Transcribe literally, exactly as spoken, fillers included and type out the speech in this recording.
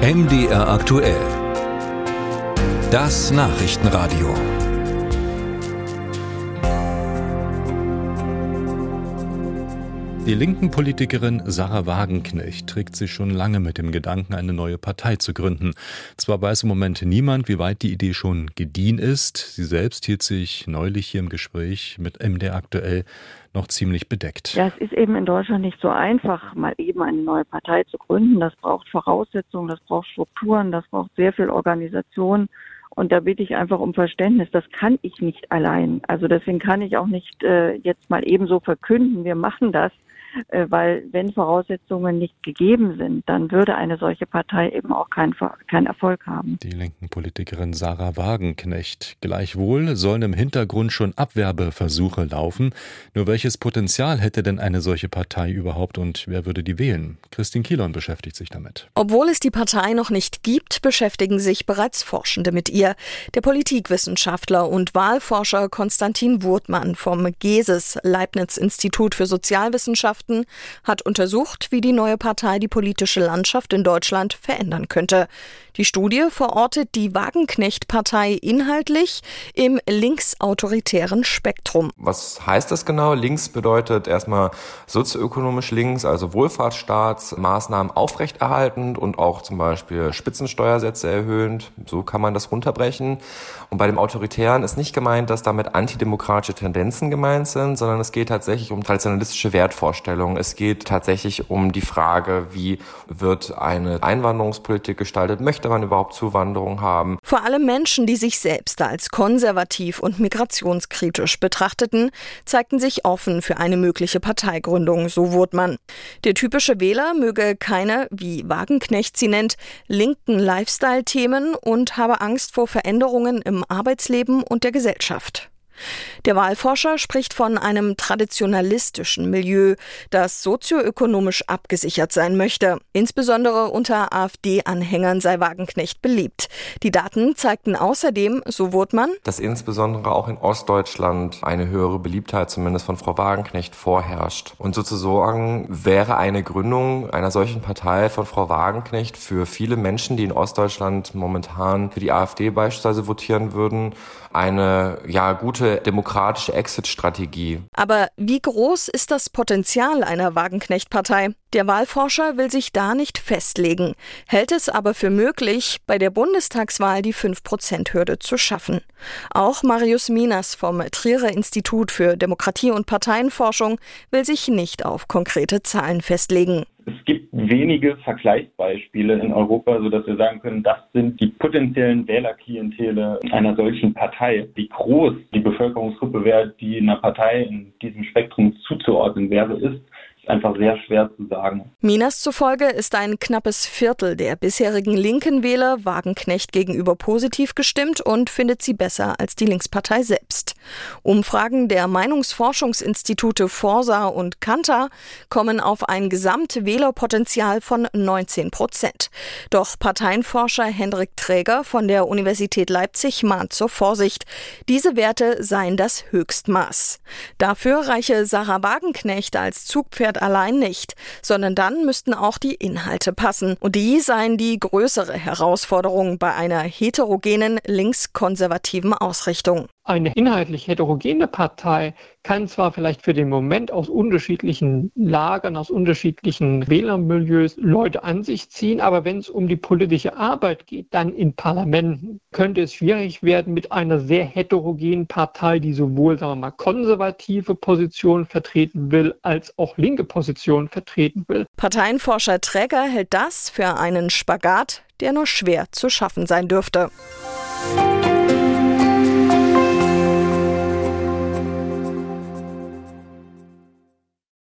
M D R aktuell. Das Nachrichtenradio. Die linken Politikerin Sahra Wagenknecht trägt sich schon lange mit dem Gedanken, eine neue Partei zu gründen. Zwar weiß im Moment niemand, wie weit die Idee schon gediehen ist. Sie selbst hielt sich neulich hier im Gespräch mit M D R aktuell noch ziemlich bedeckt. Ja, es ist eben in Deutschland nicht so einfach, mal eben eine neue Partei zu gründen. Das braucht Voraussetzungen, das braucht Strukturen, das braucht sehr viel Organisation. Und da bitte ich einfach um Verständnis. Das kann ich nicht allein. Also deswegen kann ich auch nicht äh, jetzt mal eben so verkünden, wir machen das. Äh, weil wenn Voraussetzungen nicht gegeben sind, dann würde eine solche Partei eben auch keinen keinen Erfolg haben. Die linken Politikerin Sahra Wagenknecht. Gleichwohl sollen im Hintergrund schon Abwerbeversuche laufen. Nur welches Potenzial hätte denn eine solche Partei überhaupt und wer würde die wählen? Christine Kielon beschäftigt sich damit. Obwohl es die Partei noch nicht gibt, beschäftigen sich bereits Forschende mit ihr. Der Politikwissenschaftler und Wahlforscher Konstantin Wurtmann vom GESIS, Leibniz-Institut für Sozialwissenschaften, hat untersucht, wie die neue Partei die politische Landschaft in Deutschland verändern könnte. Die Studie verortet die Wagenknecht-Partei inhaltlich im linksautoritären Spektrum. Was heißt das genau? Links bedeutet erstmal sozioökonomisch links, also Wohlfahrtsstaatsmaßnahmen aufrechterhaltend und auch zum Beispiel Spitzensteuersätze erhöhend. So kann man das runterbrechen. Und bei dem Autoritären ist nicht gemeint, dass damit antidemokratische Tendenzen gemeint sind, sondern es geht tatsächlich um traditionalistische Wertvorstellungen. Es geht tatsächlich um die Frage, wie wird eine Einwanderungspolitik gestaltet? Möchte man überhaupt Zuwanderung haben? Vor allem Menschen, die sich selbst als konservativ und migrationskritisch betrachteten, zeigten sich offen für eine mögliche Parteigründung, so Wurtmann. Der typische Wähler möge keine, wie Wagenknecht sie nennt, linken Lifestyle-Themen und habe Angst vor Veränderungen im Arbeitsleben und der Gesellschaft. Der Wahlforscher spricht von einem traditionalistischen Milieu, das sozioökonomisch abgesichert sein möchte. Insbesondere unter AfD-Anhängern sei Wagenknecht beliebt. Die Daten zeigten außerdem, so Wurtmann, dass insbesondere auch in Ostdeutschland eine höhere Beliebtheit zumindest von Frau Wagenknecht vorherrscht. Und sozusagen wäre eine Gründung einer solchen Partei von Frau Wagenknecht für viele Menschen, die in Ostdeutschland momentan für die AfD beispielsweise votieren würden, eine ja gute demokratische Exit-Strategie. Aber wie groß ist das Potenzial einer Wagenknecht-Partei? Der Wahlforscher will sich da nicht festlegen, hält es aber für möglich, bei der Bundestagswahl die fünf Prozent Hürde zu schaffen. Auch Marius Minas vom Trierer Institut für Demokratie- und Parteienforschung will sich nicht auf konkrete Zahlen festlegen. Es gibt wenige Vergleichsbeispiele in Europa, sodass wir sagen können, das sind die potenziellen Wählerklientele einer solchen Partei. Wie groß die Bevölkerungsgruppe wäre, die einer Partei in diesem Spektrum zuzuordnen wäre, ist ist einfach sehr schwer zu sagen. Minas zufolge ist ein knappes Viertel der bisherigen linken Wähler Wagenknecht gegenüber positiv gestimmt und findet sie besser als die Linkspartei selbst. Umfragen der Meinungsforschungsinstitute Forsa und Kantar kommen auf ein Gesamtwählerpotenzial von neunzehn Prozent. Doch Parteienforscher Hendrik Träger von der Universität Leipzig mahnt zur Vorsicht. Diese Werte seien das Höchstmaß. Dafür reiche Sahra Wagenknecht als Zugpferd allein nicht, sondern dann müssten auch die Inhalte passen. Und die seien die größere Herausforderung bei einer heterogenen linkskonservativen Ausrichtung. Eine inhaltlich heterogene Partei kann zwar vielleicht für den Moment aus unterschiedlichen Lagern, aus unterschiedlichen Wählermilieus Leute an sich ziehen, aber wenn es um die politische Arbeit geht, dann in Parlamenten, könnte es schwierig werden mit einer sehr heterogenen Partei, die sowohl, sagen wir mal, konservative Positionen vertreten will, als auch linke Positionen vertreten will. Parteienforscher Träger hält das für einen Spagat, der nur schwer zu schaffen sein dürfte.